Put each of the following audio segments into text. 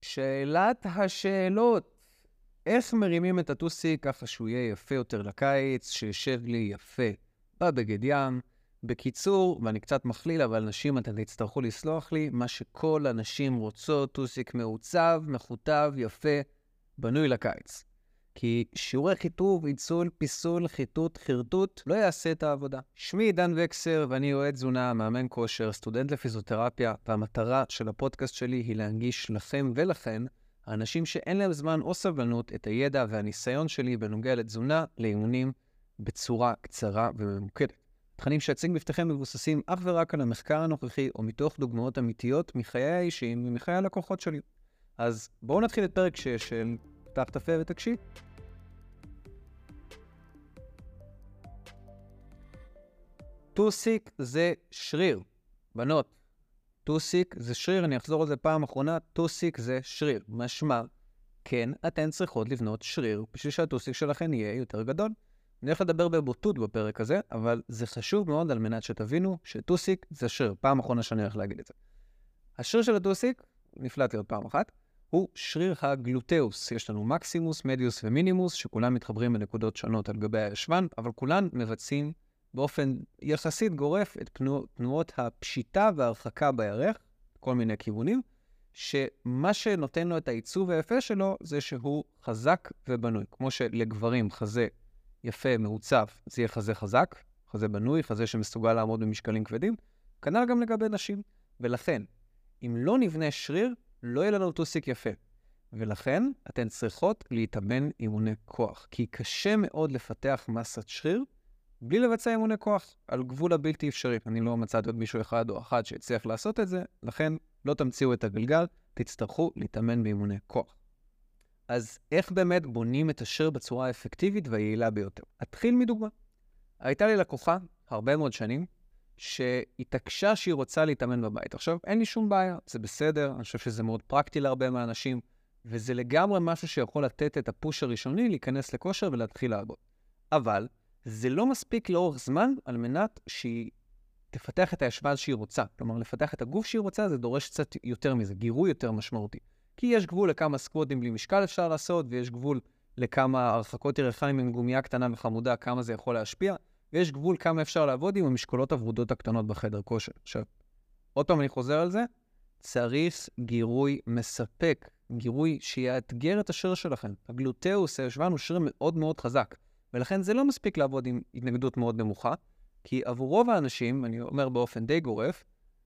שאלת השאלות. איך מרימים את הטוסי ככה שהוא יהיה יפה יותר לקיץ, שישב לי יפה בבגד ים? בקיצור, ואני קצת מכליל, אבל נשים אתם תצטרכו לסלוח לי, מה שכל הנשים רוצות, טוסיק מעוצב, מכותב, יפה, בנוי לקיץ. כי שיעורי חיטוב, עיצול, פיסול, חיטוט, חרטוט, לא יעשה את העבודה. שמי דן וקסר, ואני יועץ תזונה, מאמן כושר, סטודנט לפיזיותרפיה, והמטרה של הפודקאסט שלי היא להנגיש לכם ולכן, האנשים שאין להם זמן או סבלנות, את הידע והניסיון שלי בנוגע לתזונה, לאימונים, בצורה קצרה וממוקדת. תכנים שאציג בפניכם מבוססים אך ורק על המחקר הנוכחי, או מתוך דוגמאות אמיתיות מחיי האישיים ומחיי הלקוחות שלי. אז בואו נתחיל את פרק 6 של פתח את הפה ותקשיב. טוסיק זה שריר. בנות, טוסיק זה שריר, אני אחזור על זה פעם אחרונה, טוסיק זה שריר. משמע, כן, אתן צריכות לבנות שריר בשביל שהטוסיק שלכן יהיה יותר גדול. אני הולך לדבר בבוטות בפרק הזה, אבל זה חשוב מאוד על מנת שתבינו שטוסיק זה שריר. פעם אחרונה שאני הולך להגיד את זה. השריר של הטוסיק, נפלט לי עוד פעם אחת, הוא שריר הגלוטאוס. יש לנו מקסימוס, מדיוס ומינימוס, שכולם מתחברים בנקודות שונות על גבי הישבן, אבל כולן מבצעים באופן יחסית גורף את תנועות הפשיטה וההרחקה בירך, כל מיני כיוונים, שמה שנותן לו את העיצוב היפה שלו זה שהוא חזק ובנוי. כמו שלגברים חזה יפה, מעוצב, זה יהיה חזה חזק, חזה בנוי, חזה שמסוגל לעמוד במשקלים כבדים, כנ"ל גם לגבי נשים. ולכן, אם לא נבנה שריר, לא יהיה לנו טוסיק יפה. ולכן, אתן צריכות להתאמן אימוני כוח, כי קשה מאוד לפתח מסת שריר, בלי לבצע אימוני כוח, על גבול הבלתי אפשרי. אני לא מצאתי עוד מישהו אחד או אחת שיצליח לעשות את זה, לכן לא תמציאו את הגלגל, תצטרכו להתאמן באימוני כוח. אז איך באמת בונים את השריר בצורה האפקטיבית והיעילה ביותר? אתחיל מדוגמה. הייתה לי לקוחה הרבה מאוד שנים, שהתעקשה שהיא רוצה להתאמן בבית. עכשיו, אין לי שום בעיה, זה בסדר, אני חושב שזה מאוד פרקטי להרבה מהאנשים, וזה לגמרי משהו שיכול לתת את הפוש הראשוני, להיכנס לכושר ולהתחיל לעבוד. אבל זה לא מספיק לאורך זמן על מנת שהיא תפתח את הישבן שהיא רוצה. כלומר, לפתח את הגוף שהיא רוצה, זה דורש קצת יותר מזה, גירוי יותר משמעותי. כי יש גבול לכמה סקווטים בלי משקל אפשר לעשות, ויש גבול לכמה הרחקות ירכיים עם גומייה קטנה וחמודה, כמה זה יכול להשפיע, ויש גבול כמה אפשר לעבוד עם המשקולות הוורודות הקטנות בחדר כושר. עכשיו, עוד פעם אני חוזר על זה, צריך גירוי מספק, גירוי שיאתגר את השריר שלכם. הגלוטאוס, הישבן, הוא שריר מאוד מאוד חזק. ולכן זה לא מספיק לעבוד עם התנגדות מאוד נמוכה, כי עבור רוב האנשים, אני אומר באופן די גורף,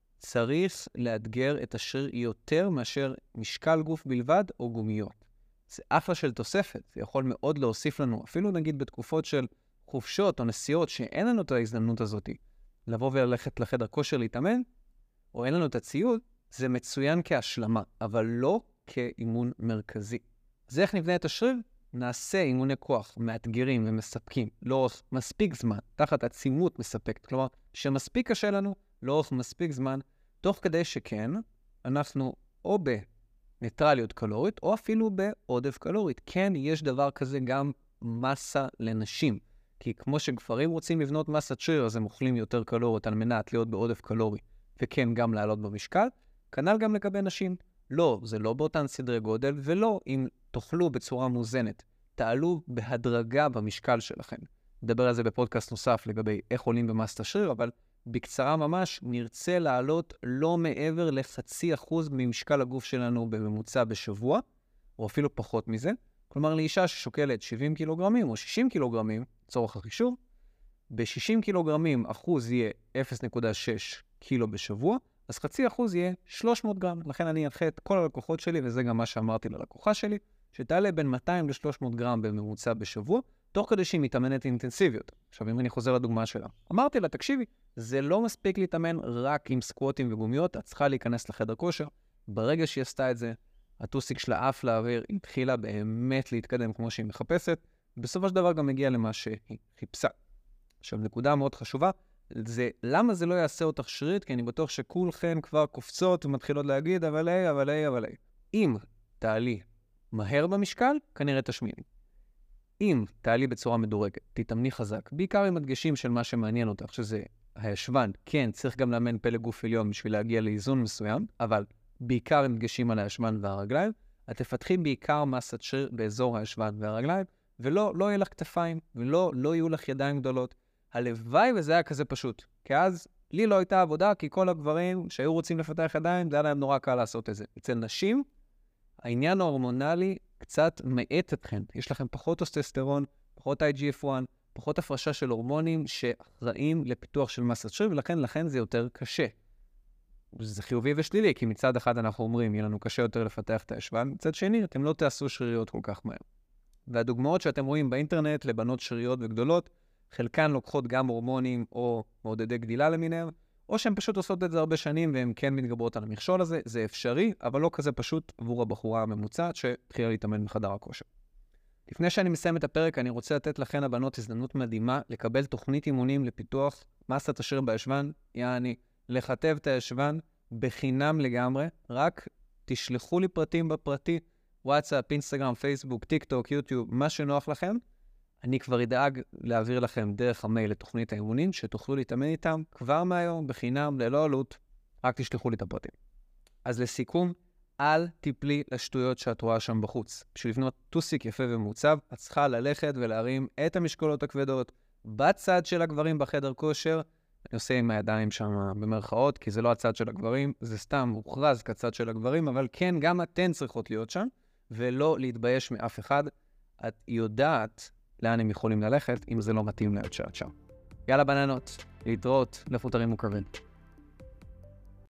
צריך לאתגר את השריר יותר מאשר משקל גוף בלבד או גומיות. זה אחלה של תוספת, זה יכול מאוד להוסיף לנו, אפילו נגיד בתקופות של חופשות או נסיעות שאין לנו את ההזדמנות הזאת, לבוא וללכת לחדר כושר להתאמן, או אין לנו את הציוד, זה מצוין כהשלמה, אבל לא כאימון מרכזי. אז איך נבנה את השריר? נעשה אימוני כוח מאתגרים ומספקים לאורך מספיק זמן, תחת עצימות מספקת, כלומר, שמספיק קשה לנו לאורך מספיק זמן, תוך כדי שכן, אנחנו או בניטרליות קלורית, או אפילו בעודף קלורית. כן, יש דבר כזה גם מסה לנשים, כי כמו שגברים רוצים לבנות מסת שריר, אז הם אוכלים יותר קלוריות על מנת להיות בעודף קלורי, וכן גם לעלות במשקל, כנ"ל גם לגבי נשים. לא, זה לא באותן סדרי גודל, ולא אם תאכלו בצורה מוזנת. תעלו בהדרגה במשקל שלכם. נדבר על זה בפודקאסט נוסף לגבי איך עולים במסת השריר, אבל בקצרה ממש נרצה לעלות לא מעבר ל0.5% ממשקל הגוף שלנו בממוצע בשבוע, או אפילו פחות מזה. כלומר, לאישה ששוקלת 70 קילוגרמים או 60 קילוגרמים, צורך החישוב, ב-60 קילוגרמים אחוז יהיה 0.6 קילו בשבוע, אז 0.5% יהיה 300 גרם. לכן אני אנחה את כל הלקוחות שלי, וזה גם מה שאמרתי ללקוחה שלי, שתעלה בין 200 ל-300 גרם בממוצע בשבוע, תוך כדי שהיא מתאמנת אינטנסיביות. עכשיו, אם אני חוזר לדוגמה שלה, אמרתי לה, תקשיבי, זה לא מספיק להתאמן רק עם סקווטים וגומיות, את צריכה להיכנס לחדר כושר. ברגע שהיא עשתה את זה, הטוסיק שלה עף לאוויר, היא התחילה באמת להתקדם כמו שהיא מחפשת, בסופו של דבר גם הגיעה למה שהיא חיפשה. עכשיו, נקודה מאוד חשובה, זה למה זה לא יעשה אותך שרירית, כי אני בטוח שכולכן כבר קופצות ומתחילות להגיד, אבל. אם תעלי מהר במשקל, כנראה תשמיני. אם תעלי בצורה מדורגת, תתאמני חזק, בעיקר עם הדגשים של מה שמעניין אותך, שזה הישבן, כן, צריך גם לאמן פלג גוף עליון בשביל להגיע לאיזון מסוים, אבל בעיקר עם דגשים על הישבן והרגליים, את תפתחי בעיקר מסת שריר באזור הישבן והרגליים, ולא יהיה לך כתפיים, ולא יהיו לך ידיים גדולות. הלוואי וזה היה כזה פשוט, כי אז לי לא הייתה עבודה, כי כל הגברים שהיו רוצים לפתח ידיים, זה היה להם נורא קל לעשות את זה. אצל נשים, העניין ההורמונלי קצת מאט אתכם. יש לכם פחות טוסטסטרון, פחות IGF-1, פחות הפרשה של הורמונים שאחראים לפיתוח של מסת שריר, ולכן זה יותר קשה. זה חיובי ושלילי, כי מצד אחד אנחנו אומרים, יהיה לנו קשה יותר לפתח את הישבן, מצד שני, אתם לא תעשו שריריות כל כך מהר. והדוגמאות שאתם רואים באינטרנט לבנות שריריות וגדולות, חלקן לוקחות גם הורמונים או מעודדי גדילה למיניהם, או שהן פשוט עושות את זה הרבה שנים והן כן מתגברות על המכשול הזה. זה אפשרי, אבל לא כזה פשוט עבור הבחורה הממוצעת שהתחילה להתאמן בחדר הכושר. לפני שאני מסיים את הפרק, אני רוצה לתת לכן הבנות הזדמנות מדהימה לקבל תוכנית אימונים לפיתוח מסת השריר בישבן, יעני לכתב את הישבן בחינם לגמרי, רק תשלחו לי פרטים בפרטי, וואטסאפ, אינסטגרם, פייסבוק, טיק טוק, יוטיוב, מה שנוח לכם. אני כבר אדאג להעביר לכם דרך המייל לתוכנית האימונים, שתוכלו להתאמן איתם כבר מהיום, בחינם, ללא עלות, רק תשלחו לי את הפרטים. אז לסיכום, אל תיפלי לשטויות שאת רואה שם בחוץ. בשביל לבנות טוסיק יפה ומעוצב, את צריכה ללכת ולהרים את המשקולות הכבדות בצד של הגברים בחדר כושר. אני עושה עם הידיים שם במרכאות, כי זה לא הצד של הגברים, זה סתם מוכרז כצד של הגברים, אבל כן, גם אתן צריכות להיות שם, ולא להתבייש מאף אחד. את יודעת לאן הם יכולים ללכת, אם זה לא מתאים להיות שאת שם. יאללה בננות, להתראות, לכו תרימו כבד.